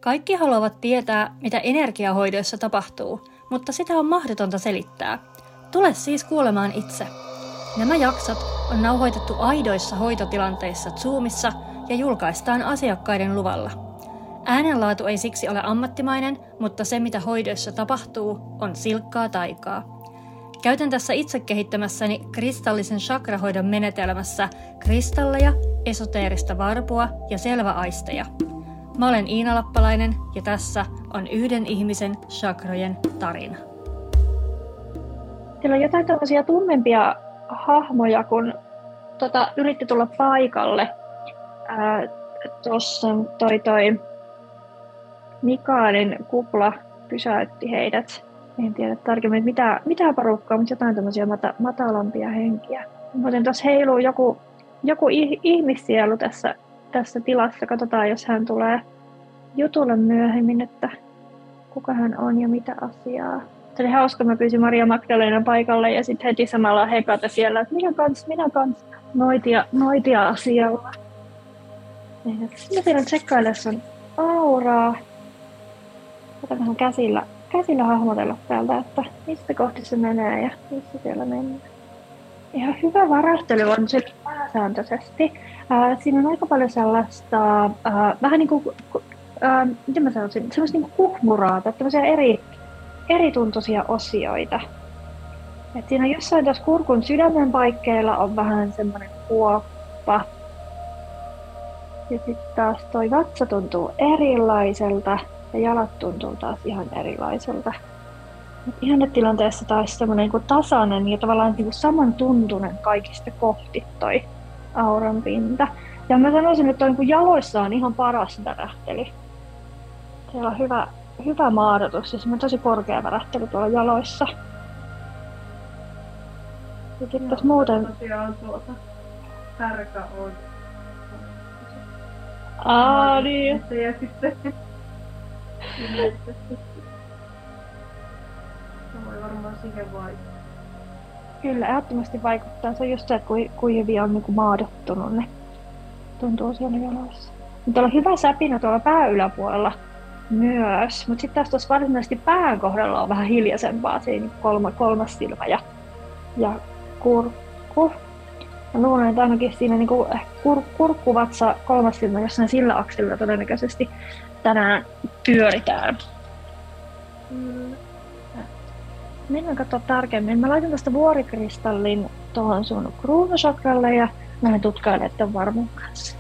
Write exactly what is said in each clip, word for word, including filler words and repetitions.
Kaikki haluavat tietää, mitä energiahoidoissa tapahtuu, mutta sitä on mahdotonta selittää. Tule siis kuulemaan itse. Nämä jaksot on nauhoitettu aidoissa hoitotilanteissa Zoomissa ja julkaistaan asiakkaiden luvalla. Äänenlaatu ei siksi ole ammattimainen, mutta se mitä hoidoissa tapahtuu on silkkaa taikaa. Käytän tässä itse kehittämässäni kristallisen chakrahoidon menetelmässä kristalleja, esoteerista varpua ja selväaisteja. Mä olen Iina Lappalainen ja tässä on yhden ihmisen chakrojen tarina. Siellä on jotain tämmöisiä tummempia hahmoja, kun tota, yritti tulla paikalle. Tuossa toi, toi Mikaelin kupla pysäytti heidät. En tiedä tarkemmin mitä, mitä porukkaa, mutta jotain tämmöisiä mata, matalampia henkiä. Muuten tuossa heiluu joku, joku ihmissielu tässä, tässä tilassa. Katsotaan, jos hän tulee jutulle myöhemmin, että kuka hän on ja mitä asiaa. Se oli hauska, mä pyysin Maria Magdalenan paikalle ja sitten heti samalla hekata siellä, että minä kans, minä kans, noitia, noitia asialla. Mä tiedän tsekkailla, jos on auraa. Otan käsillä, käsillä hahmotella täältä, että mistä kohti se menee ja missä siellä mennään. Ihan hyvä varahtelu on se pääsääntöisesti. Äh, siinä on aika paljon sellaista, äh, vähän niin kuin, äh, miten mä sanoisin, sellaista niin kuin kuhmuraata, tämmöisiä eri, erituntuisia osioita. Et siinä jossain tuossa kurkun sydämen paikkeilla on vähän semmoinen kuoppa. Ja sitten taas toi vatsa tuntuu erilaiselta ja jalat tuntuu taas ihan erilaiselta. Ihannetilanteessa taas semmoinen niin tasainen ja tavallaan niin samantuntuinen kaikista kohti toi auran pinta. Ja mä sanoisin, että niin jaloissa on ihan paras värähtely. Siellä on hyvä, hyvä maadotus ja semmoinen tosi korkea värähtely tuolla jaloissa. Ja sitten tässä muuten... Tosiaan tuota härkä on. Aa, niin. Ja sitten... Se voi varmaan siihen vaikuttaa. Kyllä, ehdottomasti vaikuttaa. Se on just se, että kuinka hyvin on niin maadottunut ne. Tuntuu siellä jaloissa. Mutta on hyvä säpinä tuolla pääyläpuolella myös. Mutta sitten taas tuossa varsinaisesti pään kohdalla on vähän hiljaisempaa. Siinä kolma, kolmas silmä ja, ja kurkku. Mä luulen, että ainakin siinä niin kur, kurkku, vatsa, kolmas silmä jossain sillä akselilla todennäköisesti tänään pyöritään. Mm. Mennään katsoa tarkemmin. Mä laitan tästä vuorikristallin tuohon sun kruunusakralle ja mä tutkailen tämän varmun kanssa.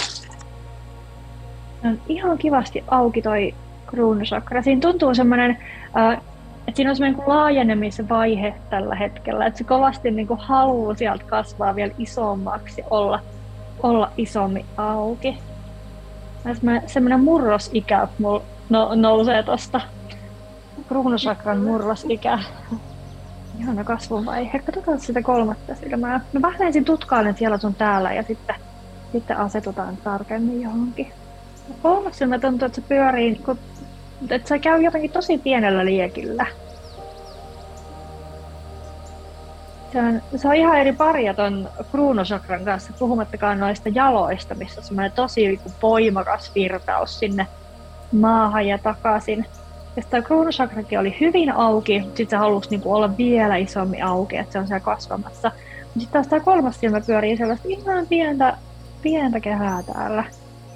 On ihan kivasti auki toi kruunusakra. Siinä tuntuu semmoinen, äh, että siinä on semmoinen laajenemisvaihe tällä hetkellä. Että se kovasti niin kuin haluaa sieltä kasvaa vielä isommaksi ja olla, olla isommin auki. Semmoinen murrosikä mulla no, nousee tosta. Kruunusakran murrosikä. Ihana kasvuvaihe. Katsotaan sitä kolmatta silmää. Mä vähän ensin tutkailen siellä sun täällä ja sitten, sitten asetutaan tarkemmin johonkin. Kolmas silmä tuntuu, että se pyörii, kun, että se käy jotenkin tosi pienellä liekillä. Se on, se on ihan eri paria ton kruunusakran kanssa, puhumattakaan noista jaloista, missä on semmoinen tosi voimakas virtaus sinne maahan ja takaisin. Ja sitten kruunusakrakin oli hyvin auki, mutta sitten se halusi niinku olla vielä isommin auki, että se on siellä kasvamassa. Mutta sitten taas tämä kolmas silmä pyörii sellaista ihan pientä, pientä kehää täällä.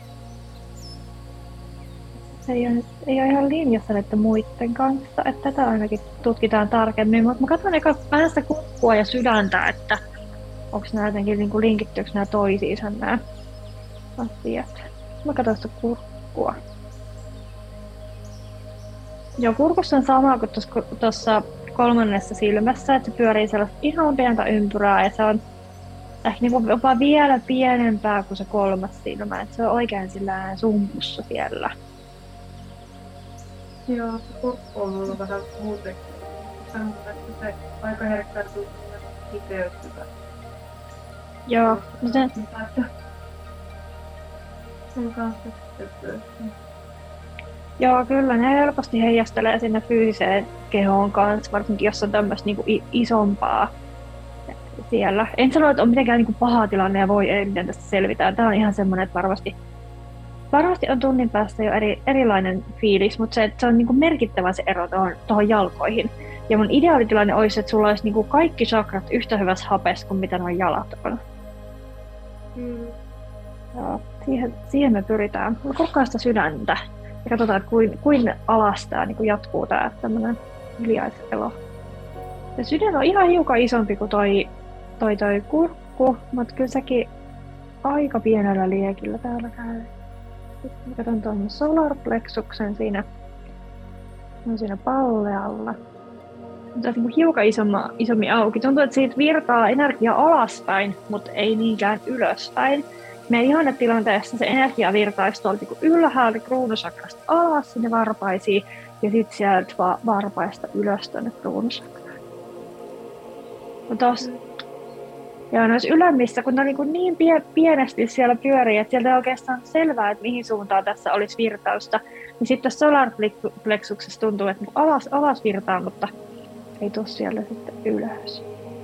Se ei ole, ei ole ihan linjassa näiden muiden kanssa, että tätä ainakin tutkitaan tarkemmin. Mutta mä katson eka vähän sitä kurkkua ja sydäntä, että onko nämä jotenkin niinku linkittyykö nämä toisiinsa nämä asiat. Mä katson sitä kurkkua. Joo, kurkussa on sama kuin tuossa kolmannessa silmässä, että se pyörii sellaista ihan pientä ympyrää ja se on ehkä niinku jopa vielä pienempää kuin se kolmas silmä, että se on oikein sillä sumpussa siellä. Joo, se kurkku on mulla vähän muutenkin. Sanotaan, että se aika herkkää tuntuu kiteytyvä. Joo, no se... Sen kanssa sitten. Joo, kyllä ne helposti heijastelee sinne fyysiseen kehoon kanssa, varsinkin jos on tämmöistä niinku isompaa siellä. En sano, että on mitenkään niinku paha tilanne ja voi ei, miten tästä selvitään. Tää on ihan semmoinen, että varmasti varmasti on tunnin päästä jo eri, erilainen fiilis, mutta se, se on niin kuin merkittävä se ero tuohon jalkoihin. Ja mun ideaalitilanne olisi, että sulla olisi niin kuin kaikki chakrat yhtä hyvässä hapessa kuin mitä nuo jalat on. Mm. Joo, siihen, siihen me pyritään. Me kurkkaa sitä sydäntä ja katsotaan, että kuin, kuin alas tämä niin kuin jatkuu tämä tämmöinen hiljaiselo. Se sydän on ihan hiukan isompi kuin toi, toi, toi kurkku, mutta kyllä sekin aika pienellä liekillä täällä käy. Sitten mä katson tuon solarplexuksen siinä, on siinä pallealla. Se on niin hiukan isomma, isommin auki. Tuntuu, että siitä virtaa energia alaspäin, mutta ei niinkään ylöspäin. Meidän ihannetilanteessa se energia virtaisi tuolta niin ylhäältä kruunusakrasta alas sinne varpaisiin ja sitten sieltä va- varpaista ylös tuonne kruunusakraan. Tos, ja noissa ylemmissä, kun ne on niin, niin pie- pienesti siellä pyörii, että sieltä ei oikeastaan selvää, että mihin suuntaan tässä olisi virtausta, niin sitten solarplexuksessa tuntuu, että alas, alas virtaa, mutta ei tuu siellä sitten ylös.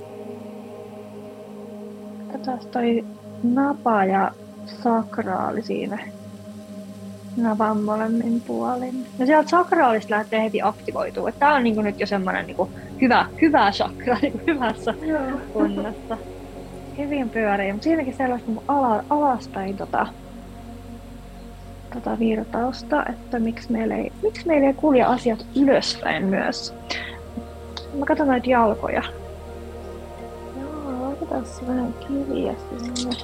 Katsotaan toi napa ja sakraali siinä. Navan molemmin puolin. No sieltä sakraalista lähtee heti aktivoitua. Tää on niinku nyt jo semmonen niinku hyvä, hyvä chakra, niinku hyvässä kunnossa. Hyvin pyörii, mutta siinäkin sellaista niinku ala, alaspäin tota, tota virtausta, että miksi meillä, ei, miksi meillä ei kulje asiat ylöspäin myös. Mä katson noita jalkoja. Joo, laitetaan vähän kiviä sinne.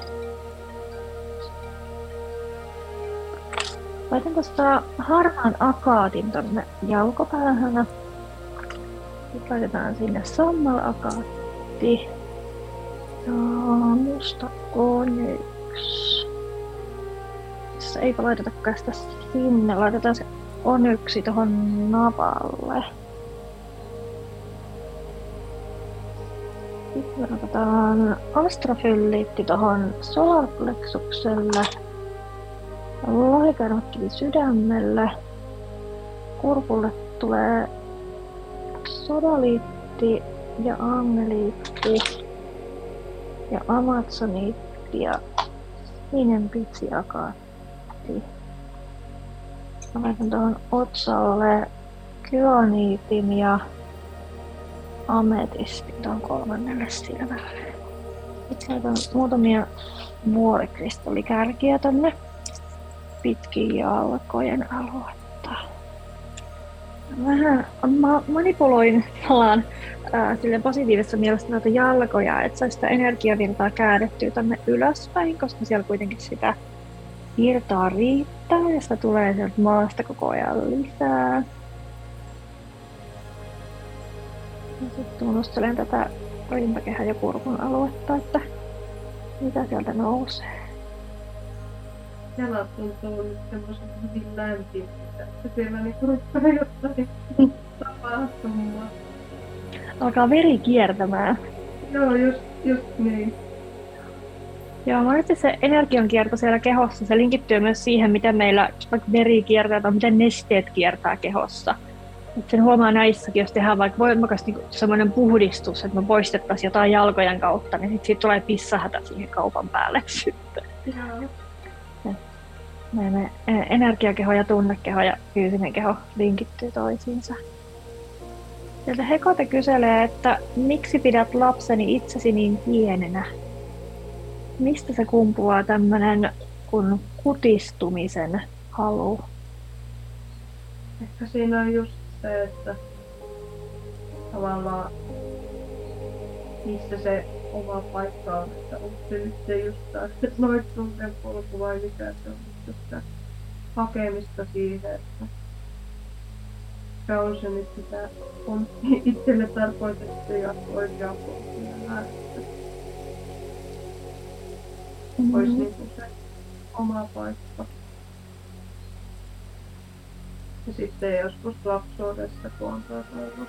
Laitan tuosta harmaan akaatin tonne jalkopäähän. Sitten laitetaan sinne sammalakaatti. Ja musta on yksi. Tässä eipä laitetakaan sitä sinne. Laitetaan se on yksi tohon napalle. Sitten laitetaan astrofylliitti tohon solarplexukselle. Lohikarmakkivi sydämelle. Kurkulle tulee sodaliitti ja angeliitti ja amazoniitti ja sininen pitsiakaatti. Mä laitan tuohon otsalle kyaniitin ja ametistin tuon kolmannelle silmälle. Sitten laitan muutamia vuorikristallikärkiä tonne pitkin jalkojen aluetta. Vähän ma- manipuloin salaan ää, positiivisessa mielessä näitä jalkoja, että saisi sitä energiavirtaa käännettyä tänne ylöspäin, koska siellä kuitenkin sitä virtaa riittää ja sitä tulee sieltä maasta koko ajan lisää. Ja sitten tunnustelen tätä rintakehän ja kurkun aluetta, että mitä sieltä nousee. Jalat tuntuu nyt semmoisen hyvin lämpimiltä, että siellä niinku rupeaa jotain tapahtumaan. Alkaa veri kiertämään. Joo, just, just niin. Joo, monesti se energiankierto siellä kehossa, se linkittyy myös siihen, miten meillä vaikka veri kiertää tai miten nesteet kiertää kehossa. Et sen huomaa näissäkin, jos tehdään vaikka voimakas niin semmoinen puhdistus, että me poistettaisiin jotain jalkojen kautta, niin sit siitä tulee pissahätä siihen kaupan päälle sitten. Joo. Meidän energiakeho ja tunnekeho ja fyysinen keho linkittyy toisiinsa. Sieltä Hekote kyselee, että miksi pidät lapseni itsesi niin pienenä? Mistä se kumpuaa tämmönen kun kutistumisen halu? Ehkä siinä on just se, että tavallaan missä se oma paikka on, että onko se nyt se just taas noin tunnen polku vai mikä se on just sitä hakemista siihen, että mikä on se nyt sitä on itselle tarkoitettu ja oikea polku ja näin, että Mm-hmm. olisi niin kuin se oma paikka. Ja sitten joskus lapsuudessa, kun on tuota ollut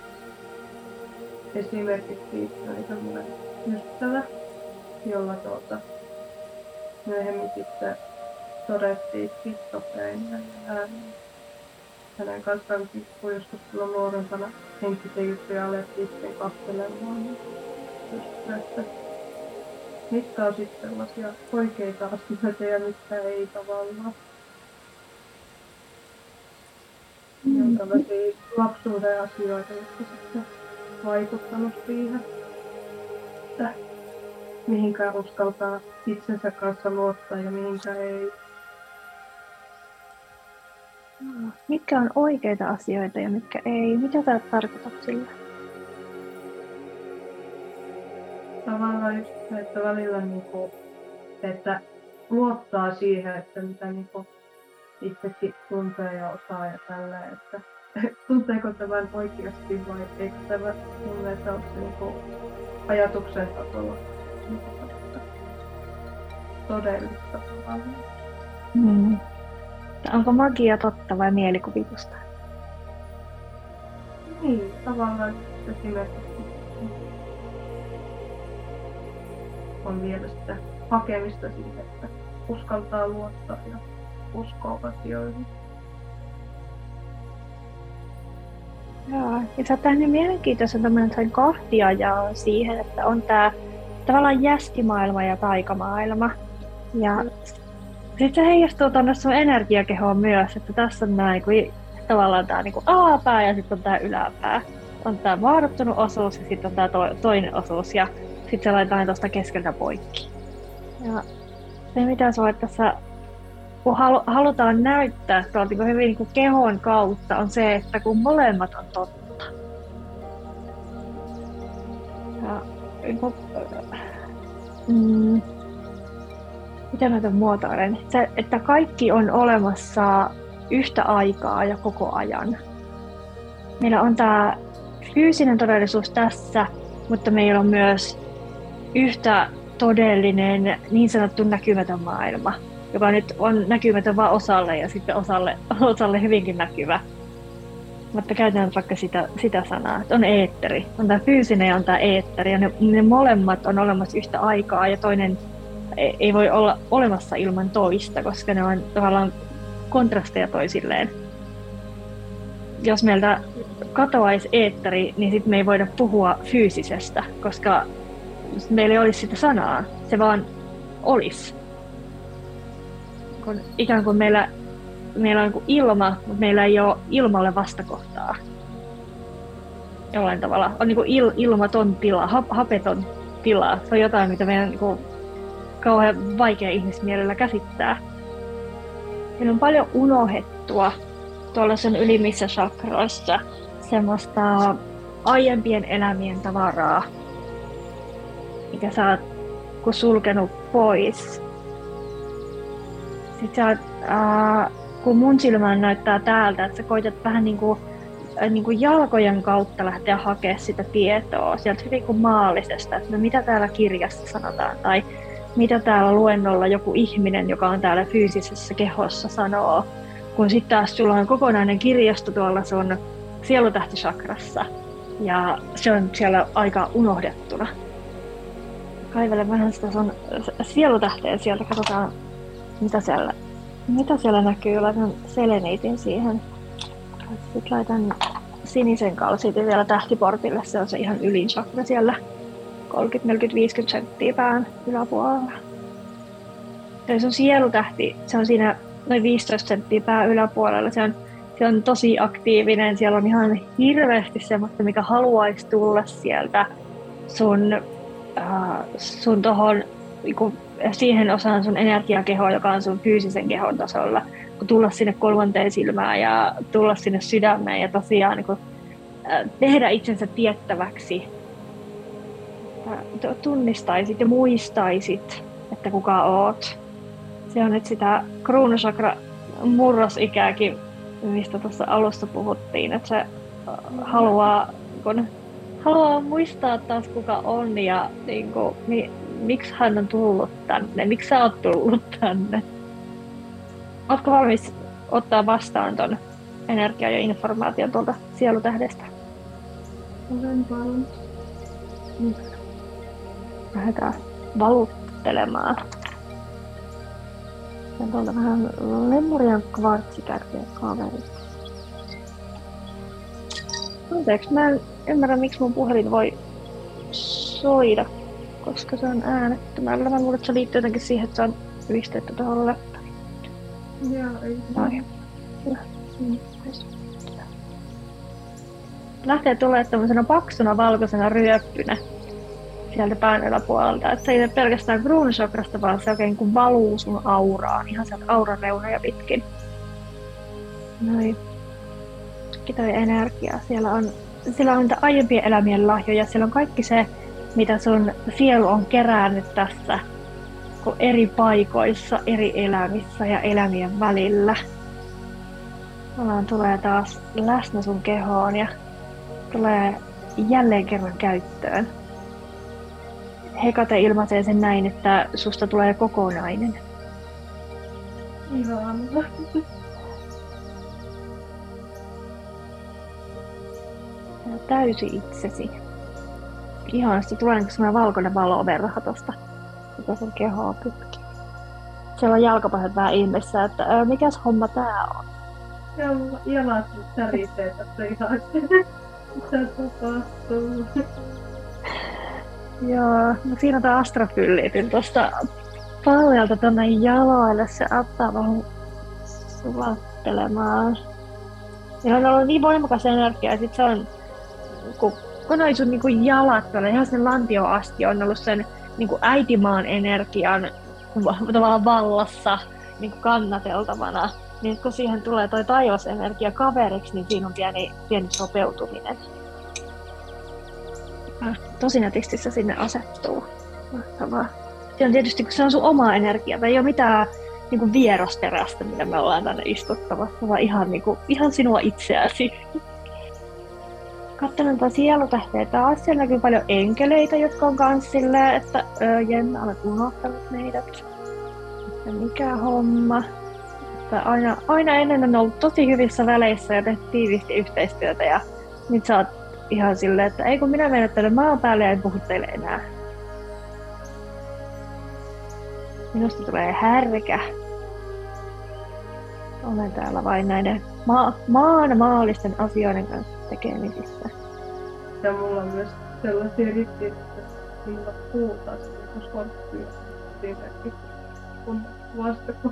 esimerkiksi oli semmoinen ystävä, jolla tuota myöhemmin sitten todettiin skitsofreenia ja hän, hänen kanssaan kun joskus silloin nuorempana henkisen juttuja alettiin sitten katselemaan, niin just, että mitkä on sitten sellaisia oikeita asioita ja mitkä ei tavallaan. tällaisia lapsuuden asioita, jotka sitten vaikuttanut siihen, että mihinkä uskaltaa itsensä kanssa luottaa ja mihinkä ei. Mitkä on oikeita asioita ja mitkä ei? Mitä sä tarkoitat sillä? Tavallaan just se, että välillä niinku, että luottaa siihen, että mitä niinku itsekin tuntee ja osaa ja tällä, että tunteeko tämän oikeasti vai eikö tämä tunne, että onko se niinku ajatuksen tasolla niinku todellista tavallaan. Hmm. Onko magia totta vai mielikuvitusta? Niin, tavallaan esimerkiksi on vielä sitä hakemista siitä, että uskaltaa luottaa ja uskoo asioihin. Joo, ja sä oot tehnyt mielenkiintoisen tämmöinen kahtiajaon siihen, että on tää tavallaan jäskimaailma ja taikamaailma. Ja sitten se heijastuu tonne sun energiakehoon myös, että tässä on nää niinku, tavallaan tää niinku alapää ja sitten on tää yläpää. On tää maadottunut osuus ja sitten on tää to- toinen osuus ja sitten se laitetaan tuosta keskeltä poikki. Ja se mitä sua tässä kun halu- halutaan näyttää tuolta niin hyvin niin kehon kautta on se, että kun molemmat on totta. Ja, niin kuin, mm, miten mä tämän muotoilen? Se, että kaikki on olemassa yhtä aikaa ja koko ajan. Meillä on tämä fyysinen todellisuus tässä, mutta meillä on myös yhtä todellinen niin sanottu näkymätön maailma, joka nyt on näkymätön vain osalle ja sitten osalle, osalle hyvinkin näkyvä. Mutta käytetään vaikka sitä, sitä sanaa, että on eetteri. On tämä fyysinen ja on tämä eetteri ja ne, ne molemmat on olemassa yhtä aikaa ja toinen ei, ei voi olla olemassa ilman toista, koska ne on tavallaan kontrasteja toisilleen. Jos meiltä katoaisi eetteri, niin sitten me ei voida puhua fyysisestä, koska meillä ei olisi sitä sanaa, se vaan olisi. Kun ikään kuin meillä, meillä on ilma, mutta meillä ei ole ilmalle vastakohtaa. Jollain tavalla. On niin kuin il, ilmaton tila, hap, hapeton tila. Se on jotain, mitä meidän niin kuin kauhean vaikea ihmismielellä käsittää. Meillä on paljon unohdettua tuolla sen ylimmissä chakroissa semmoista aiempien elämien tavaraa, mikä sä oot kun sulkenut pois. Sitten sä oot, äh, kun mun silmään näyttää täältä, että sä koitat vähän niin kuin, äh, niin kuin jalkojen kautta lähteä hakemaan sitä tietoa sieltä hyvin kuin maallisesta, että no mitä täällä kirjassa sanotaan tai mitä täällä luennolla joku ihminen, joka on täällä fyysisessä kehossa sanoo, kun sitten taas sulla on kokonainen kirjasto tuolla sun sielutähtisakrassa ja se on siellä aika unohdettuna. Kaivele vähän sitä sun sielutähteä sieltä, katsotaan mitä siellä, mitä siellä näkyy. Laitan seleniitin siihen. Sitten laitan sinisen kalsiitin vielä tähtiportille, se on se ihan ylin chakra siellä. kolmekymmentä neljäkymmentä viisikymmentä senttiä pään yläpuolella. Ja sun sielutähti, se on siinä noin viisitoista senttiä pään yläpuolella. Se on, se on tosi aktiivinen, siellä on ihan hirveästi semmoista, mikä haluaisi tulla sieltä sun, äh, sun tohon, niinku, siihen osaan sun energiakehoa, joka on sun fyysisen kehon tasolla. Kun tulla sinne kolmanteen silmään ja tulla sinne sydämeen ja tosiaan niin kuin, äh, tehdä itsensä tiettäväksi. Tunnistaisit ja muistaisit, että kuka oot. Se on nyt sitä kruunusakra murrosikääkin, mistä tuossa alussa puhuttiin, että se haluaa, kun, haluaa muistaa taas kuka on ja niin kuin, mi, miksi hän on tullut tänne, miksi sä oot tullut tänne. Ootko valmis ottaa vastaan ton energiaa ja informaation tuolta sielutähdestä? Olen valmis. Mm. Lähdetään valuttelemaan. Ja tuolta vähän Lemurian kvartsikärkeä kaveri. Anteeksi, mä en ymmärrä miksi mun puhelin voi soida, koska se on äänettömällä. Mä luulen, että se liittyy jotenkin siihen, että se on yhdistetty tuohon läppäriin. Joo, ei. Noin. lähtee tulemaan tämmöisenä paksuna valkoisena ryöppynä sieltä pään yläpuolelta. Että se ei ole pelkästään kruunusakrasta, vaan se oikein kun valuu sun auraan, ihan sieltä auran reunoja pitkin. Noin. Toi energia. Siellä on, siellä on niitä aiempien elämien lahjoja. Siellä on kaikki se, mitä sun sielu on kerännyt tässä eri paikoissa, eri elämissä ja elämien välillä. Ollaan tulee taas läsnä sun kehoon ja tulee jälleen kerran käyttöön. Hekate ilmaisee sen näin, että susta tulee kokonainen. Ihanaa. Täysi itsesi. Ihanasti tulee semmoinen valkoinen valoverho tosta, joka sun kehoa pitkin. Siellä on jalkapahat vähän ihmeessä, että ää, mikäs homma tää on? Ja jalat tärisee tässä ihan. Mitä tapahtuu? Joo, no siinä on tää astrofyllitin tosta paljalta tonne jaloille. Se auttaa vähän sulattelemaan. Ja on ollut niin voimakas energia, ja sit se on, kun, kun on sun niin jalat tuolla, ihan sen lantioon asti on ollut sen niin äitimaan energian tavallaan vallassa niin kannateltavana. Niin kun siihen tulee toi taivasenergia kaveriksi, niin siinä on pieni, pieni sopeutuminen. Tosi nätisti se sinne asettuu. Mahtavaa. Se on tietysti, kun se on sun oma energia, ei ole mitään niin kuin vierasperäistä, mitä me ollaan tänne istuttamassa, vaan ihan, niin kuin, ihan sinua itseäsi. Katsotaan sielutähteä taas. Siellä näkyy paljon enkeleitä, jotka on kans silleen, että öö, Jenna, olet unohtanut meidät. Että mikä homma. Että aina, aina ennen on ollut tosi hyvissä väleissä ja tehty tiiviisti yhteistyötä. Ja nyt sä oot ihan silleen, että ei kun minä menen tänne maan päälle ja en puhu teille enää. Minusta tulee härkä. Olen täällä vain näiden ma- maan maallisten asioiden kanssa tekemisissä. Ja mulla on myös sellaisia rikkiä, että minulla puhutaan kun skorppia siinäkin kun vastako.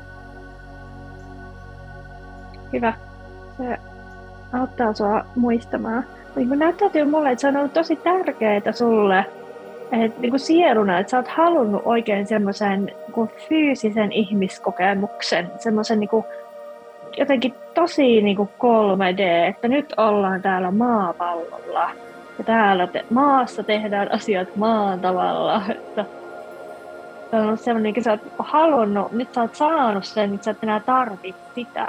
Hyvä. Se auttaa sua muistamaan. Niin näyttäytyy mulle, että se on ollut tosi tärkeää sulle, että niin kuin sieluna, että sä oot halunnut oikein semmoisen niin fyysisen ihmiskokemuksen, semmoisen niin kuin jotenkin tosi niin kuin kolme D, että nyt ollaan täällä maapallolla ja täällä te- maassa tehdään asiat maan tavalla. Että se on ollut semmoinen, että sä oot halunnut, nyt sä oot saanut sen, että sä et enää tarvitse sitä.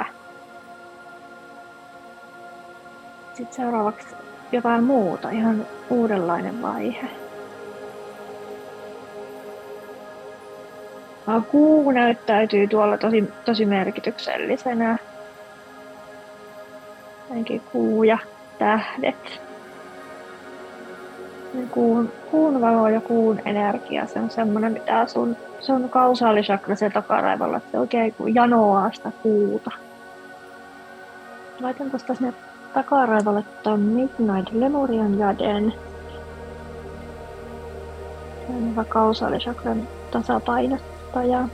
Sitten seuraavaksi jotain muuta, ihan uudenlainen vaihe. Kuu näyttäytyy tuolla tosi, tosi merkityksellisenä. Ainakin kuu ja tähdet. Kuun, kuun valo ja kuun energia, se on semmoinen, mitä sun, sun kausaalisakra se takaraivolla, se oikein janoaa sitä kuuta. Laitan tosta sinne takaraivolle tuon Midnight Lemurian jaden. Se on hyvä kausaalisakran tasapainottaja.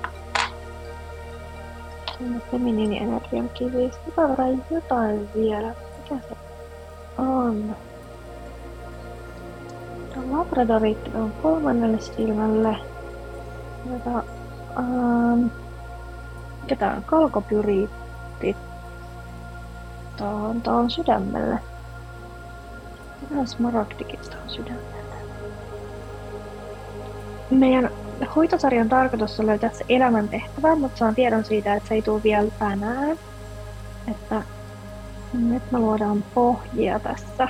Siinä feminiinienergian kivissä. Otetaan jotain vielä. Mikä se on? Tämä labradoriitti on kolmannelle silmälle. Jota, um, mikä tää on? Kalkopyriitti. Tuohon, tuohon sydämelle. Vähän smaragdikin tuohon sydämelle. Meidän hoitosarjan tarkoitus on löytää se elämäntehtävä, mutta saan tiedon siitä, että se ei tule vielä tänään. Että nyt me luodaan pohjia tässä.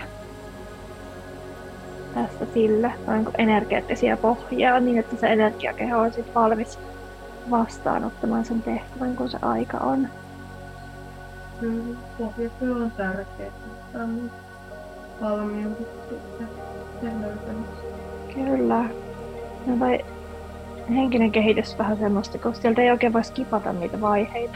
Tässä sille, noin energeettisiä pohjia, niin että se energiakeho on sit valmis vastaanottamaan sen tehtävän, kun se aika on. Kyllä, pohjatyö on tärkeää, mutta on valmiudet sitten sen löytämisessä. Kyllä. No vai henkinen kehitys vähän semmoista, koska sieltä ei oikein voi skipata niitä vaiheita.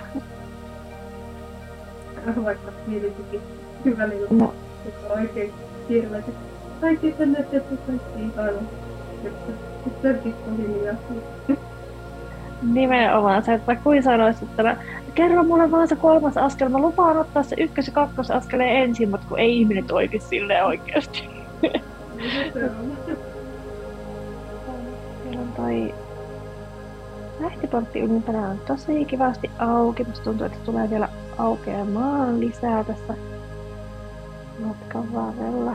Vaikka mietitikin välillä, no. että oikein hirveästi. Kaikki tänne, että kaikki ihailu. Sitten pikkuhiljaa. Nimenomaan se, että kuin sanoisit, että kerro mulle vaan se kolmas askel. Mä lupaan ottaa se ykkös- ja kakkosaskeleen ensin, mutta kun ei ihminen toimi silleen oikeasti. Meillä on toi lähtiportti ylimpänä on tosi kivasti auki. Musta tuntuu, että tulee vielä aukeamaan lisää tässä matkan varrella.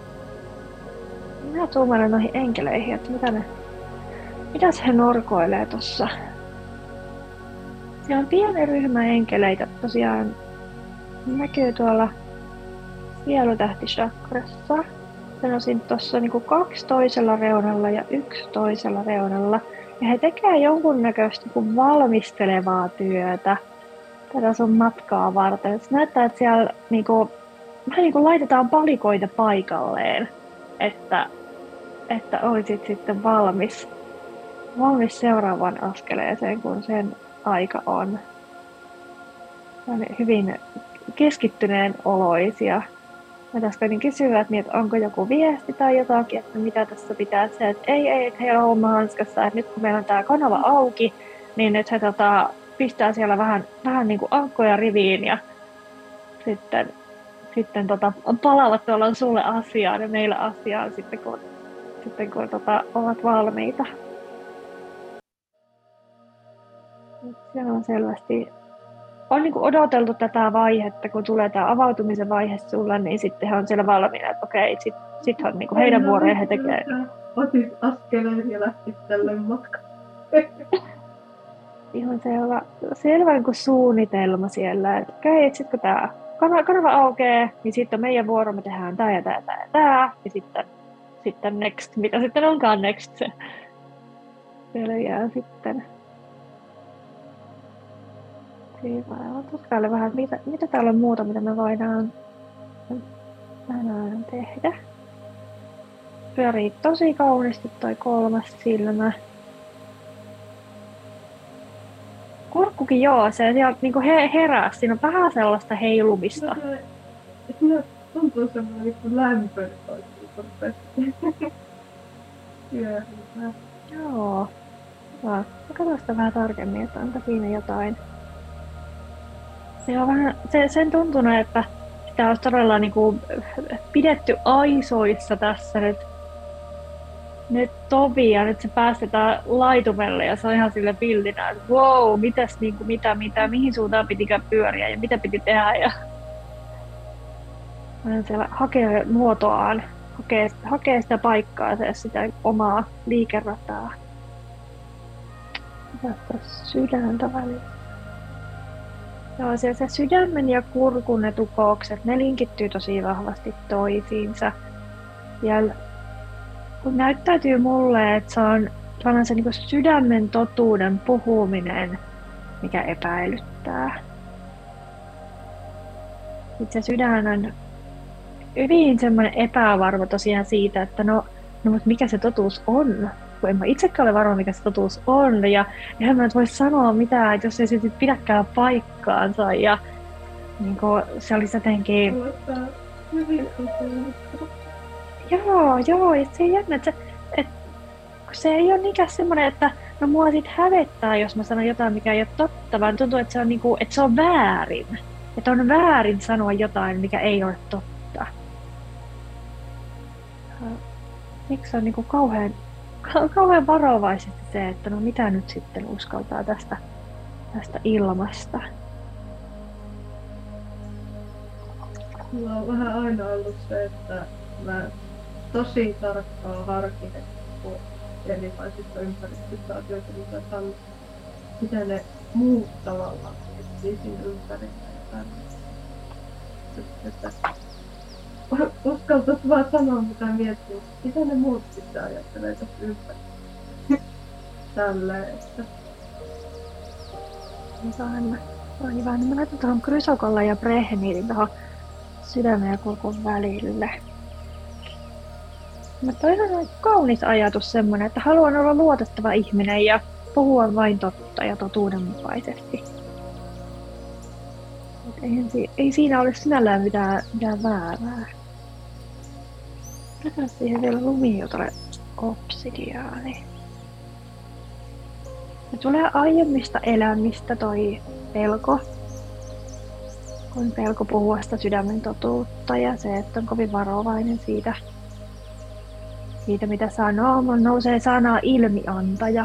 Mä tuumailen noihin enkeleihin, että mitä ne, mitäs he norkoilee tossa. Siellä on pieni ryhmä enkeleitä tosiaan näkyy tuolla sielutähtichakrassa. Sanoisin tuossa niinku kaksi toisella reunalla ja yksi toisella reunalla. Ja he tekevät jonkunnäköistä niinku valmistelevaa työtä tätä sun matkaa varten. Se näyttää, että siellä niinku, vähän niinku laitetaan palikoita paikalleen, että, että olisit sitten valmis, valmis seuraavan askeleeseen, kun sen aika on. On hyvin keskittyneen oloisia. Mä tässä koitin kysyä, että onko joku viesti tai jotakin, että mitä tässä pitää se, että ei, ei, että heillä on homma hanskassa, että nyt kun meillä on tää kanava auki, niin nyt he tota, pistää siellä vähän, vähän niin kuin ankkoja riviin ja sitten, sitten tota, palaavat tuolla sulle asiaan ja meille asiaan sitten kun, sitten, kun tota, ovat valmiita. Siellä on selvästi on niin kuin odoteltu tätä vaihetta, kun tulee tämä avautumisen vaihe sulle, niin sitten he on siellä valmiina, että okei, sitten sit on niin kuin heidän vuoroja he tekee. Otit askeleen ja lähtit tälle matkaan. Ihan selvä, selvä niin kuin suunnitelma siellä, että okei, että sitten kun tämä kanava, kanava aukeaa, niin sitten on meidän vuoro, me tehdään tämä ja tämä ja tämä ja tämä, ja sitten, sitten next, mitä sitten onkaan next se selviää sitten. Mä tutkailen vähän, mitä, mitä täällä on muuta, mitä me voidaan, voidaan tehdä. Pyörii tosi kauniisti toi kolmas silmä. Kurkkukin joo, se sieltä niinku he, herää, siinä on vähän sellaista heilumista. Siinä tuntuu semmoinen niinku lämpö oikein. Joo. Mä katson sitä vähän tarkemmin, että onko siinä jotain. Se on vähän, se, sen tuntunut, että sitä olisi todella niin kuin pidetty aisoissa tässä nyt, nyt tovi ja nyt se päästetään laitumelle ja se on ihan sille bildinä, että wow, mitäs, niin kuin, mitä, mitä, mihin suuntaan pitikään pyöriä ja mitä piti tehdä. Ja siellä hakee muotoaan, hakee, hakee sitä paikkaa ja sitä omaa liikerataa. Tässä sydäntä välissä. Joo, se, se sydämen ja kurkun ne tukoukset, ne linkittyy tosi vahvasti toisiinsa. Ja kun näyttäytyy mulle, että se on se niin kuin sydämen totuuden puhuminen, mikä epäilyttää. Sitten se sydän on hyvin semmoinen epävarma tosiaan siitä, että no, no mutta mikä se totuus on. Kun en mä itsekään ole varma, mikä se totuus on. Ja eihän mä nyt voi sanoa mitään, että jos ei se sitten pidäkään paikkaansa. Ja niin kuin, se olisi jotenkin... Joo, joo. Ja se ei jännä, että se, et, se ei ole niinkään semmoinen, että no mua sit hävettää, jos mä sanon jotain, mikä ei ole totta, vaan tuntuu, että se on, niinku, että se on väärin. Että on väärin sanoa jotain, mikä ei ole totta. Miksi se on niinku kauhean... kauhean varovaisesti se, että no mitä nyt sitten uskaltaa tästä, tästä ilmasta. Mulla on vähän aina ollut se, että mä tosi tarkkaan harkin, kun erilaisissa ympäristöissä asioita, mitä sanon, mitä ne muut tavallaan etsii siinä ympärillä ja että uskaltais vaan sanoa mitä miettii. Mitä ne muut sitten ajattelee tästä ympärillä? Tälleen, että... Aivan. Aivan. Mä laitan tuohon krysokolla ja brehniitin tuohon sydämen ja kurkun välille. Mutta on ihan kaunis ajatus semmonen, että haluan olla luotettava ihminen ja puhua vain totta ja totuudenmukaisesti. Ei, ei siinä ole sinällään mitään, mitään väärää. Laitetaan siihen vielä lumijotalle obsidiaani. Se tulee aiemmista elämistä toi pelko. Kun pelko puhua sitä sydämen totuutta ja se, että on kovin varovainen siitä, siitä mitä sanoo. Mun nousee sana ilmiantaja.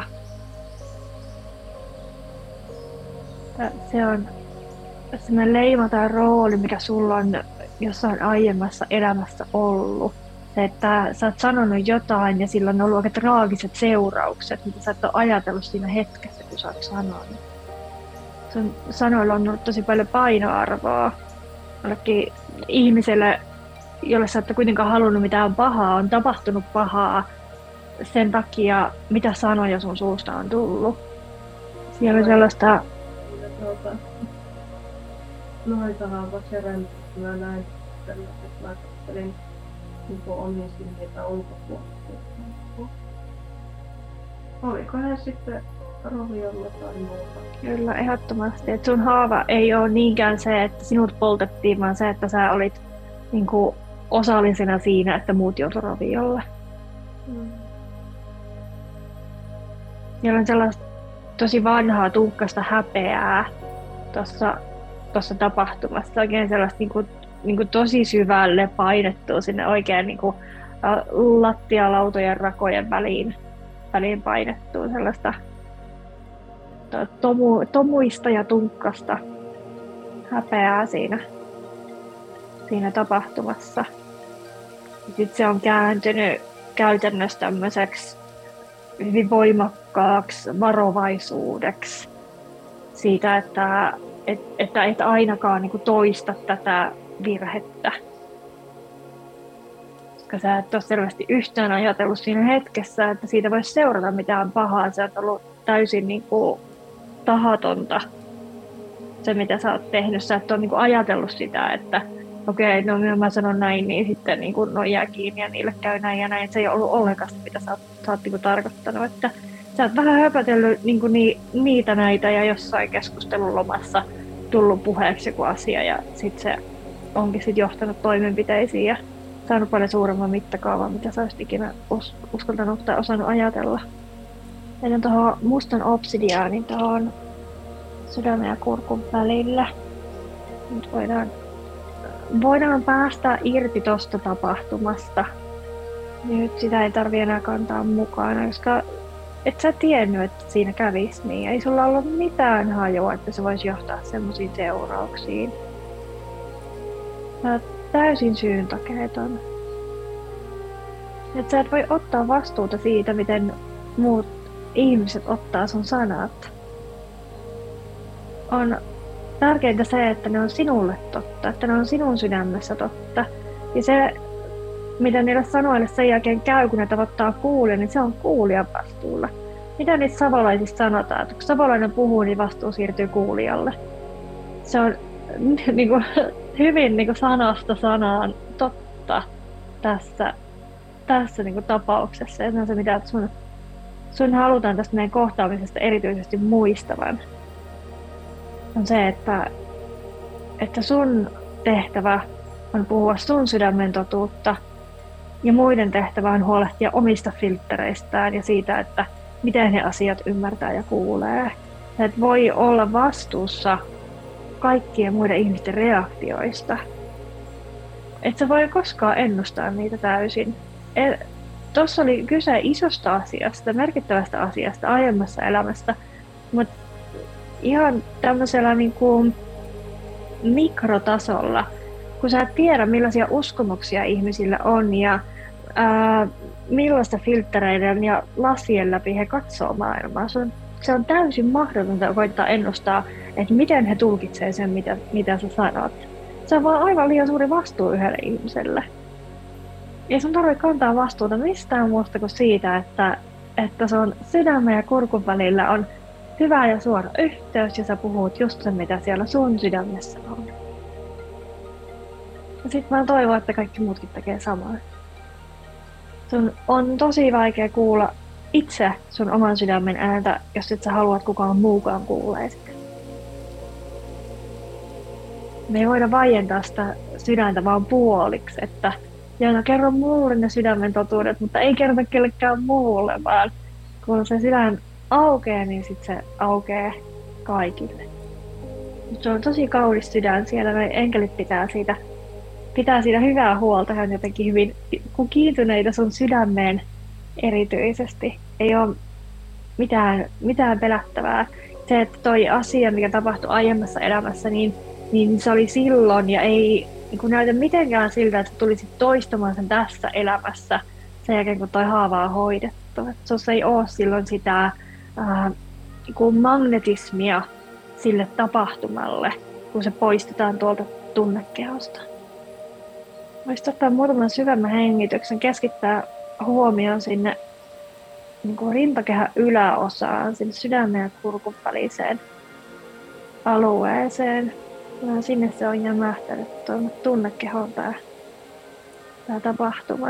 Ja se on sellainen leima tai rooli, mikä sulla on jossain aiemmassa elämässä ollut. Se, että sä oot sanonut jotain ja sillä on ollut aika traagiset seuraukset, mitä sä et ole ajatellut siinä hetkessä, kun sä oot sanonut. Sun sanoilla on ollut tosi paljon painoarvoa. Jollekin ihmiselle, jolle sä et kuitenkaan halunnut mitään pahaa, on tapahtunut pahaa sen takia, mitä sanoja sun suusta on tullut. Siellä on sellaista... Noitahan vaserän, mä näin tällaiset, mä katselin niin omin silmiä ulkopuolella. Oliko hän sitten roviolla tai muuta? Kyllä, ehdottomasti. Et sun haava ei ole niinkään se, että sinut poltettiin, vaan se, että sä olit niin kuin osallisena siinä, että muut joutuivat roviolle. Mm. Siellä on sellaista tosi vanhaa, tuhkasta häpeää tuossa tuossa tapahtumassa. Oikein sellaista niin kuin, niin kuin tosi syvälle painettua sinne oikein niin kuin, lattialautojen rakojen väliin, väliin painettua sellaista tomu, tomuista ja tunkkasta häpeää siinä, siinä tapahtumassa. Sitten se on kääntynyt käytännössä tämmöiseksi hyvin voimakkaaksi varovaisuudeksi siitä, että et, että et ainakaan niin kuin toista tätä virhettä. Koska sä et ole selvästi yhtään ajatellut siinä hetkessä, että siitä voisi seurata mitään pahaa. Se on ollut täysin niin kuin tahatonta se, mitä sä oot tehnyt. Sä et ole niin kuin ajatellut sitä, että okei, okay, no mä sanon näin, niin sitten niin kuin, no jää kiinni ja niille käy näin ja näin. Se ei ollut ollenkaan sitä, mitä sä oot, sä oot niin kuin tarkoittanut. Että sä oot vähän höpötellyt niin kuin ni, niitä näitä ja jossain keskustelun lomassa tullut puheeksi joku asia ja sitten se onkin sit johtanut toimenpiteisiin ja saanut paljon suuremman mittakaavan, mitä sä olisit ikinä us- uskaltanut tai osannut ajatella. Meidän tuohon mustan obsidiaanin tuohon sydämen ja kurkun välillä. Nyt voidaan, voidaan päästä irti tuosta tapahtumasta. Nyt sitä ei tarvitse enää kantaa mukana, koska et sä tiennyt, että siinä kävisi niin. Ei sulla ollut mitään hajua, että se voisi johtaa semmoisiin seurauksiin. Sä oot täysin syyntakeeton. Et sä et voi ottaa vastuuta siitä, miten muut ihmiset ottaa sun sanat. On tärkeintä se, että ne on sinulle totta, että ne on sinun sydämessä totta. Ja se, mitä niille sanoille sen jälkeen käy, kun ne tavoittaa kuulia, niin se on kuulijan vastuulla. Mitä niistä savolaisista sanotaan? Että kun savolainen puhuu, niin vastuu siirtyy kuulijalle. Se on niin kuin, hyvin niin kuin sanasta sanaan totta tässä, tässä niin kuin tapauksessa. Ja se on se, mitä sun, sun halutaan tästä meidän kohtaamisesta erityisesti muistavan. On se, että, että sun tehtävä on puhua sun sydämen totuutta ja muiden tehtävä on huolehtia omista filttereistään ja siitä, että miten he asiat ymmärtää ja kuulee. Sä et voi olla vastuussa kaikkien muiden ihmisten reaktioista. Et sä voi koskaan ennustaa niitä täysin. Tuossa oli kyse isosta asiasta, merkittävästä asiasta aiemmassa elämässä, mutta ihan tämmöisellä niin kuin mikrotasolla, kun sä et tiedä millaisia uskomuksia ihmisillä on ja ää, millaista filttereiden ja lasien läpi he katsoo maailmaa. Se on, se on täysin mahdotonta koittaa ennustaa, että miten he tulkitsee sen, mitä, mitä sä sanot. Se on vaan aivan liian suuri vastuu yhdelle ihmiselle. Ei sun tarvitse kantaa vastuuta mistään muusta kuin siitä, että, että se on sydämen ja kurkun välillä on hyvä ja suora yhteys ja sä puhut just sen, mitä siellä sun sydämessä on. Ja sit mä toivon, että kaikki muutkin tekee samaa. Sun on tosi vaikea kuulla itse sun oman sydämen ääntä, jos et sä haluat kukaan muukaan kuulee sitä. Me ei voida vaientaa sitä sydäntä vaan puoliksi, että Joona, kerro mulle ne sydämen totuudet, mutta ei kerrota kellekään muulle, vaan kun se sydän aukeaa, niin sitten se aukeaa kaikille. Mut se on tosi kaunis sydän siellä, noi enkelit pitää siitä, pitää siitä hyvää huolta, hän jotenkin hyvin kun kiintyneitä sun sydämeen erityisesti. Ei ole mitään, mitään pelättävää. Se, että toi asia, mikä tapahtui aiemmassa elämässä, niin, niin se oli silloin ja ei niin kun näytä mitenkään siltä, että tulisit toistamaan sen tässä elämässä sen jälkeen, kun toi haava on hoidettu. Se ei ole silloin sitä ää, niin magnetismia sille tapahtumalle, kun se poistetaan tuolta tunnekehosta. Voisi ottaa muutaman syvemmän hengityksen, keskittää huomioon sinne niin kuin rintakehän yläosaan, sinne sydämen ja kurkun väliseen alueeseen. Ja sinne se on jämähtänyt tuonne tunnekehoon tää, tää tapahtuma.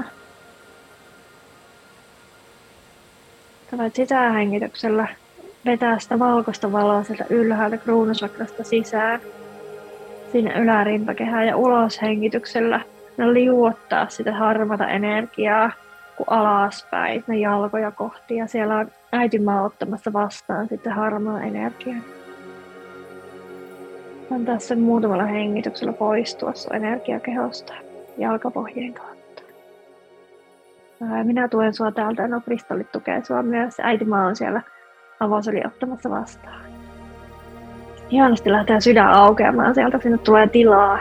Sä voit sisäänhengityksellä vetää sitä valkoista valoa sieltä ylhäältä kruunusakrasta sisään sinne ylärintakehään ja ulos hengityksellä ne liuottaa sitä harmata energiaa kun alaspäin ne jalkoja kohti ja siellä on äitimaa ottamassa vastaan sitten harmaa energiaa. Antaa sen muutamalla hengityksellä poistua sun energiakehosta jalkapohjien kautta. Minä tuen sua täältä ja nuo kristallit tukee sua myös. Äitimaa on siellä avoseli ottamassa vastaan. Ihanasti lähtee sydän aukeamaan sieltä, sinne tulee tilaa.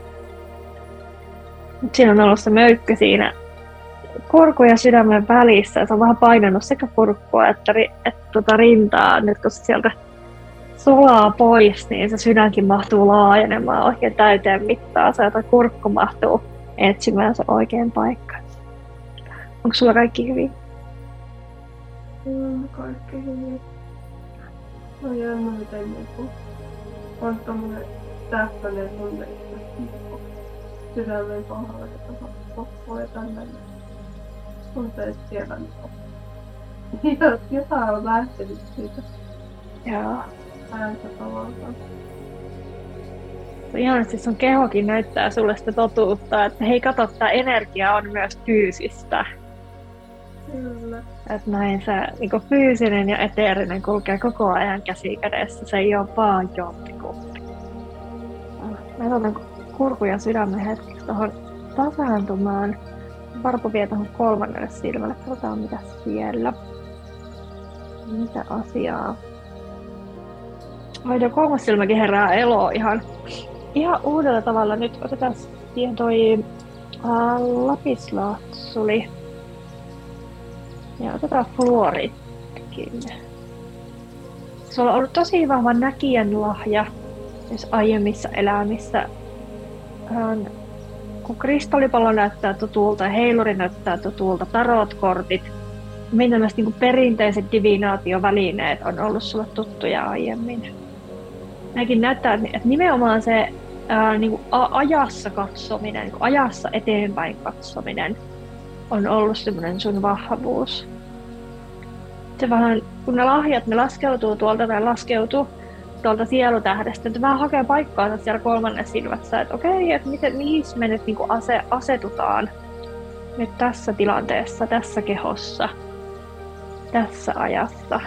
Nyt siinä on ollut se möykkö siinä kurkun ja sydämen välissä. Se on vähän painanut sekä kurkkua että, ri, että tuota rintaa. Nyt kun se sieltä sulaa pois, niin se sydänkin mahtuu laajenemaan oikein täyteen mittaan. Se kurkku mahtuu etsimään se oikein paikka. Onko sulla kaikki hyvin? On kaikki hyvin. No jännä miten niinku on tommonen tähtäinen tunne, että sydämen kohdalla, että loppuu ja tällainen. Tuntee siellä niinku. Jotain on lähtenyt siitä. Joo. Ääntä tavallaan. Ihanasti sun kehokin näyttää sulle sitä totuutta, että hei kato, tää energia on myös fyysistä. Kyllä. Että näin se niin fyysinen ja eteerinen kulkee koko ajan käsi kädessä. Se ei ole vaan jompikumpi. Mä otan kurkun ja sydämen hetkeksi tuohon tasaantumaan. Varpu vie tuohon kolmannelle silmälle. Katsotaan mitä siellä. Mitä asiaa. Ai, kolmas silmäkin herää eloa ihan, ihan uudella tavalla. Nyt otetaan siihen toi uh, lapislaatsuli. Ja otetaan fluoritkin. Sulla on ollut tosi vahva näkijän lahja myös aiemmissa elämissä. Ähm, kun kristallipallo näyttää tutulta ja heiluri näyttää tutulta, tarotkortit, niin tämmöiset niin perinteiset divinaatiovälineet on ollut sulle tuttuja aiemmin. Nämäkin näyttää, että nimenomaan se ää, niin kuin ajassa katsominen, niin kuin ajassa eteenpäin katsominen on ollut semmoinen sun vahvuus. Se vähän, kun ne lahjat, ne laskeutuu tuolta tai laskeutuu tuolta sielutähdestä, että vähän hakee paikkaansa siellä kolmannessa silmässä, että okei, että miten, mihin me nyt niin kuin ase, asetutaan nyt tässä tilanteessa, tässä kehossa, tässä ajassa.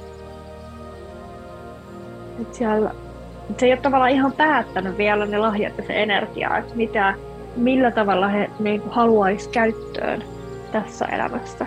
Et siellä, se ei ole tavallaan ihan päättänyt vielä ne lahjat ja se energia, että mitä, millä tavalla he niin kuin haluaisi käyttöön tässä elämässä.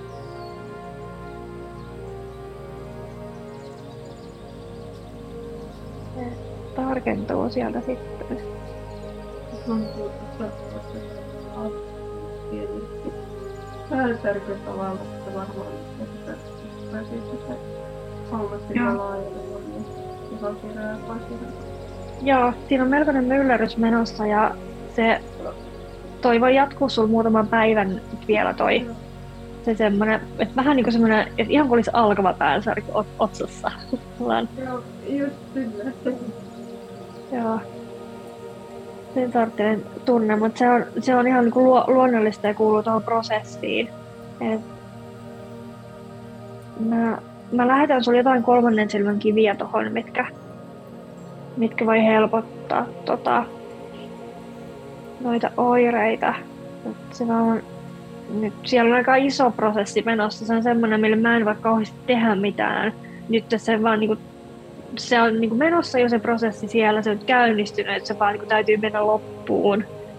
Se tarkentuu sieltä sitten. Tuntuu, että on pienesti päätärkö tavalla, että varmaan että siitä se kolmas sillä laajalla niin ihan kirjaa paikalla. Joo, siinä on melkoinen myllerrys menossa ja se toi voi jatkuu sulla muutaman päivän vielä toi. Mm. Se semmonen, että vähän niinku semmonen, että ihan kuin olisi alkava päänsärky otsassa. Joo, just kyllä. Joo. Sen sorttinen tunne, mutta se on, se on ihan niinku luo, luonnollista ja kuuluu tuohon prosessiin. Et mä, mä lähetän sulle jotain kolmannen silmän kiviä tohon, mitkä, mitkä voi helpottaa tota, noita oireita. Se vaan nyt siellä on aika iso prosessi menossa. Se on semmoinen, millä mä en vaikka kauheasti tehdä mitään. Nyt se vaan niinku, se on niinku menossa jo se prosessi siellä, se on käynnistynyt, että se vaan niinku täytyy mennä loppuun.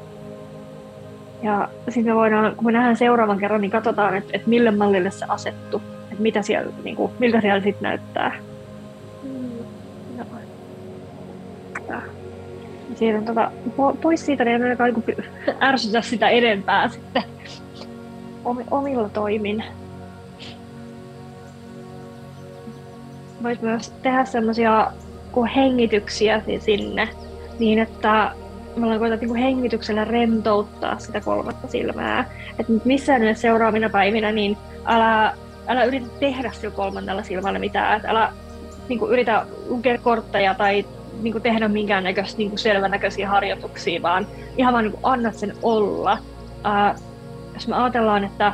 Ja sitten me voidaan, kun me nähdään seuraavan kerran, niin katsotaan, että, että mille mallille se asettuu. Että mitä siellä, niinku, miltä siellä sitten näyttää. Mm. Ja. Siirryn tota, pois siitä, niin en ainakaan niinku ärsytä sitä enempää sitten omilla toimin. Voisi myös tehdä semmoisia hengityksiä sinne, niin että me ollaan koetaan niin hengityksellä rentouttaa sitä kolmatta silmää. Että missään näissä seuraavina päivinä niin älä, älä yritä tehdä sillä kolmannella silmällä mitään. Että älä niin kuin, yritä lukea kortteja tai niin kuin, tehdä minkäännäköistä niin kuin selvänäköisiä harjoituksia, vaan ihan vaan niin kuin, anna sen olla. Uh, jos me ajatellaan, että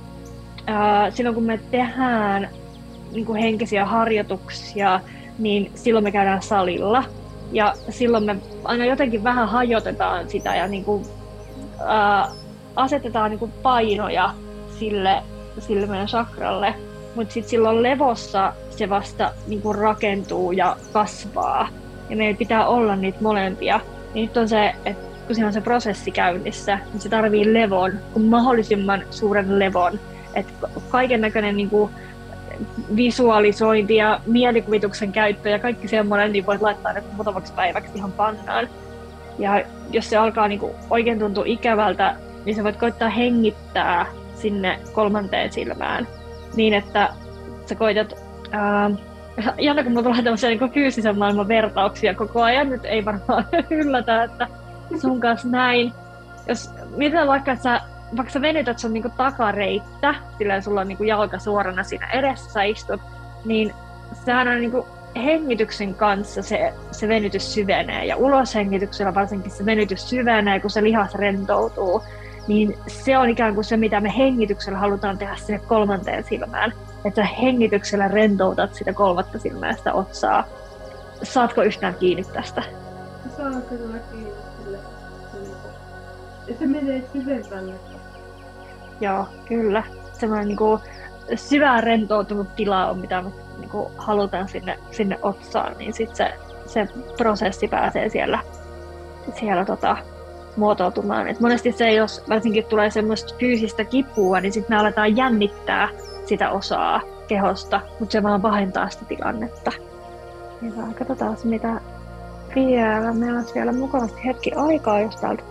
uh, silloin kun me tehdään niin kuin henkisiä harjoituksia, niin silloin me käydään salilla. Ja silloin me aina jotenkin vähän hajotetaan sitä ja niin kuin, ää, asetetaan niin kuin painoja sille, sille meidän chakralle. Mutta sitten silloin levossa se vasta niin kuin rakentuu ja kasvaa. Ja meillä pitää olla niitä molempia. Ja nyt on se, että kun siinä on se prosessi käynnissä, niin se tarvii levon, mahdollisimman suuren levon. Että kaiken näköinen niin kuin visualisointi ja mielikuvituksen käyttö ja kaikki semmoinen, niin voit laittaa ne muutamaksi päiväksi ihan pannaan. Ja jos se alkaa niinku oikein tuntua ikävältä, niin sä voit koittaa hengittää sinne kolmanteen silmään. Niin, että sä koitat... Ää, Janna, kun mulla tulee tämmöisiä niin fyysisen maailman vertauksia koko ajan, nyt ei varmaan yllätä, että sun kanssa näin. Jos mitä vaikka sä vaikka sä venytät sun niinku takareittä, sillä sulla on niinku jalka suorana siinä edessä, sä istut, niin sehän on niinku hengityksen kanssa se, se venytys syvenee. Ja uloshengityksellä varsinkin se venytys syvenee, kun se lihas rentoutuu. Niin se on ikään kuin se, mitä me hengityksellä halutaan tehdä sinne kolmanteen silmään. Että sä hengityksellä rentoutat sitä kolmatta silmää, sitä otsaa. Saatko yhtään kiinni tästä? Saan kyllä kiinni sille. Ja se menee syvemmälle. Joo, kyllä. Semmoinen niinku syvään rentoutunut tila on, mitä me niinku halutaan sinne, sinne otsaan, niin sitten se, se prosessi pääsee siellä, siellä tota, muotoutumaan. Et monesti se, jos varsinkin tulee semmoista fyysistä kipua, niin sitten me aletaan jännittää sitä osaa kehosta, mutta se vaan pahentaa sitä tilannetta. Ja katsotaan, mitä vielä. Meillä on vielä mukavasti hetki aikaa, jos täältä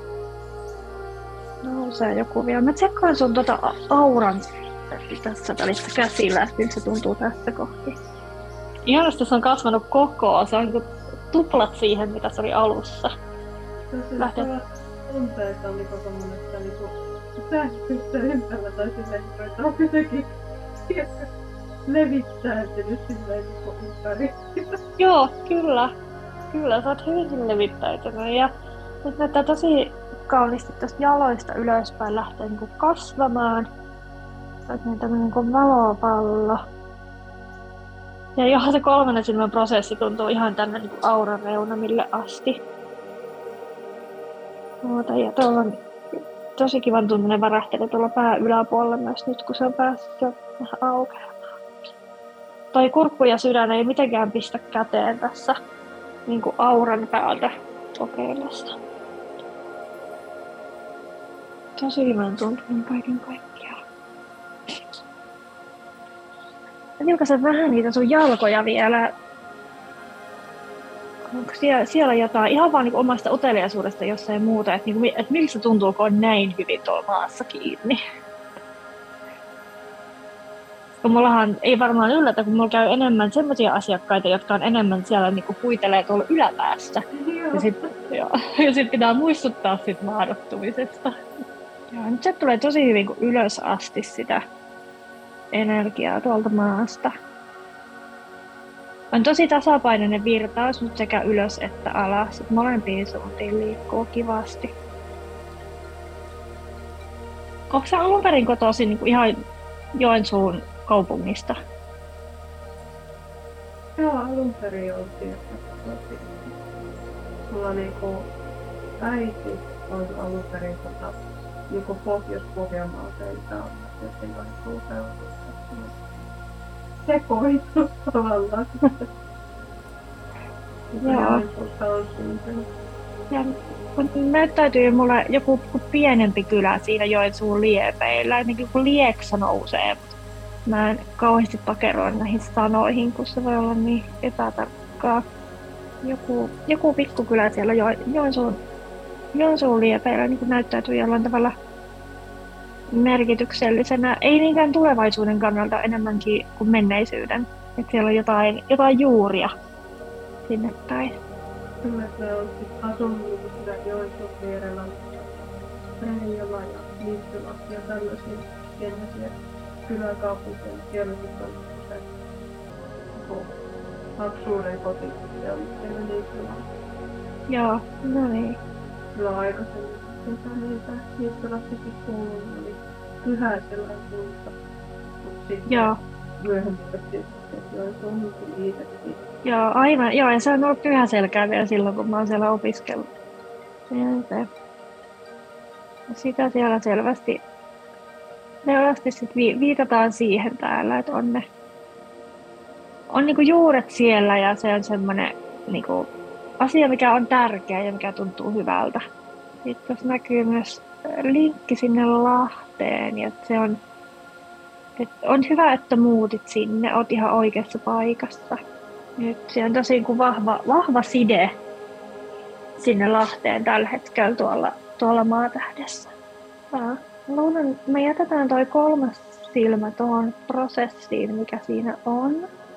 nousee joku vielä. Mä tsekkaan sun tota auran tässä välissä käsillä, että miltä se tuntuu tässä kohti. Ihanasti se on kasvanut kokoa. Se on niin tuplat siihen, mitä se oli alussa. Lähdet... tunteita on niinku tommonen, että niinku sähköistä ympärillä tai silleen, että on jotenkin levittäytynyt silleen niinku ympäri. Joo, kyllä. Kyllä, sä oot hyvinkin levittäytynyt ja nyt näyttää tosi kauniisti tuosta jaloista ylöspäin lähtee niinku kasvamaan. Sä oot niin tämmönen niinku valopallo. Ja johon se kolmannen silmän prosessi tuntuu ihan tänne niinku auran reunamille asti. Muuta, ja tuolla on tosi kivan tuntunen värähtely tuolla pää yläpuolella myös nyt, kun se on päässyt vähän aukeamaan. Toi kurkku ja sydän ei mitenkään pistä käteen tässä niin kuin auran päältä kokeillessa. Tosi kivan tuntunen kaiken kaikkiaan. Vilkaise vähän niitä sun jalkoja vielä. Onko siellä, siellä jotain ihan vaan niin omasta uteliaisuudesta, jos ei muuta, että, niin että miltä tuntuu, kun on näin hyvin tuolla maassa kiinni? Kun mullahan ei varmaan yllätä, kun mulla käy enemmän sellaisia asiakkaita, jotka on enemmän siellä niin kuin huitelee tuolla yläpäässä. Ja sitten sit pitää muistuttaa sit maadottumisesta. Ja nyt se tulee tosi hyvin kuin ylös asti sitä energiaa tuolta maasta. On tosi tasapainoinen virtaus, mutta sekä ylös että alas. Molempiin suuntiin liikkuu kivasti. Onko sä alun perin kotoisin niin kuin ihan Joensuun kaupungista? Joo, alun perin oltiin. Mulla niinku äiti on alun perin tota, joko Pohjois-Pohjanmaalta eli Taamasta, joten on suupeulusta. Sekoitus tavallaan. Joo. Ja näyttäytyy mulle joku pienempi kylä siinä Joensuun liepeillä, jotenkin kun Lieksa nousee. Mä en kauheasti takeroin näihin sanoihin, kun se voi olla niin epätarkkaa. Joku, joku pikkukylä siellä jo, Joensuun, Joensuun liepeillä niin näyttäytyy jollain tavalla merkityksellisenä. Ei niinkään tulevaisuuden kannalta enemmänkin kuin menneisyyden. Että siellä on jotain, jotain juuria sinne päin. Kyllä se on asunut sitä Joensuun vierellä Reijola ja Liittylahti ja tällaisia pieniä kyläkaupunkeja. Siellä nyt on se lapsuuden koti ja siellä Liittylahti. Joo, no niin. Kyllä aikaisemmin sitä niitä Liittylahtikin kuuluu, oli Pyhäselän kunta. Mutta sitten myöhemmin tietysti Joensuun liitettiin. Joo, aivan. Joo, ja se on ollut Pyhäselkää vielä silloin, kun mä oon siellä opiskellut. Se. Sitä siellä selvästi, selvästi sit viitataan siihen täällä, että on ne on niinku juuret siellä ja se on semmoinen niinku asia, mikä on tärkeä ja mikä tuntuu hyvältä. Sitten tuossa näkyy myös linkki sinne Lahteen ja se on, että on hyvä, että muutit sinne, oot ihan oikeassa paikassa. Nyt se on tosi kuin vahva, vahva side sinne Lahteen tällä hetkellä tuolla, tuolla Maatähdessä. Mä luulen, me jätetään toi kolmas silmä tuohon prosessiin, mikä siinä on.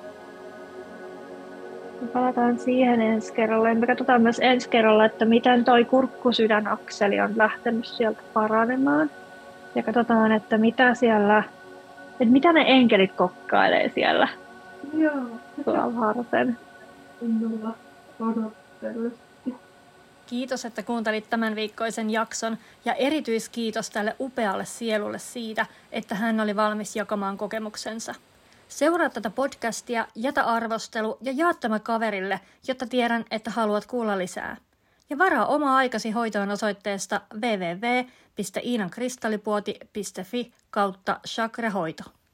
Me palataan siihen ensi kerralla. Ja me katsotaan myös ensi kerralla, että miten toi kurkkusydänakseli on lähtenyt sieltä paranemaan. Ja katsotaan, että mitä siellä, että mitä ne enkelit kokkailee siellä. Joo. Tuolla varten. Innolla odottellessa. Kiitos, että kuuntelit tämän viikkoisen jakson ja erityiskiitos tälle upealle sielulle siitä, että hän oli valmis jakamaan kokemuksensa. Seuraa tätä podcastia, jätä arvostelu ja jaa tämä kaverille, jotta tiedän, että haluat kuulla lisää. Ja varaa oma aikasi hoitoon osoitteesta double-u double-u double-u piste iinankristallipuoti piste fi kautta chakrahoito.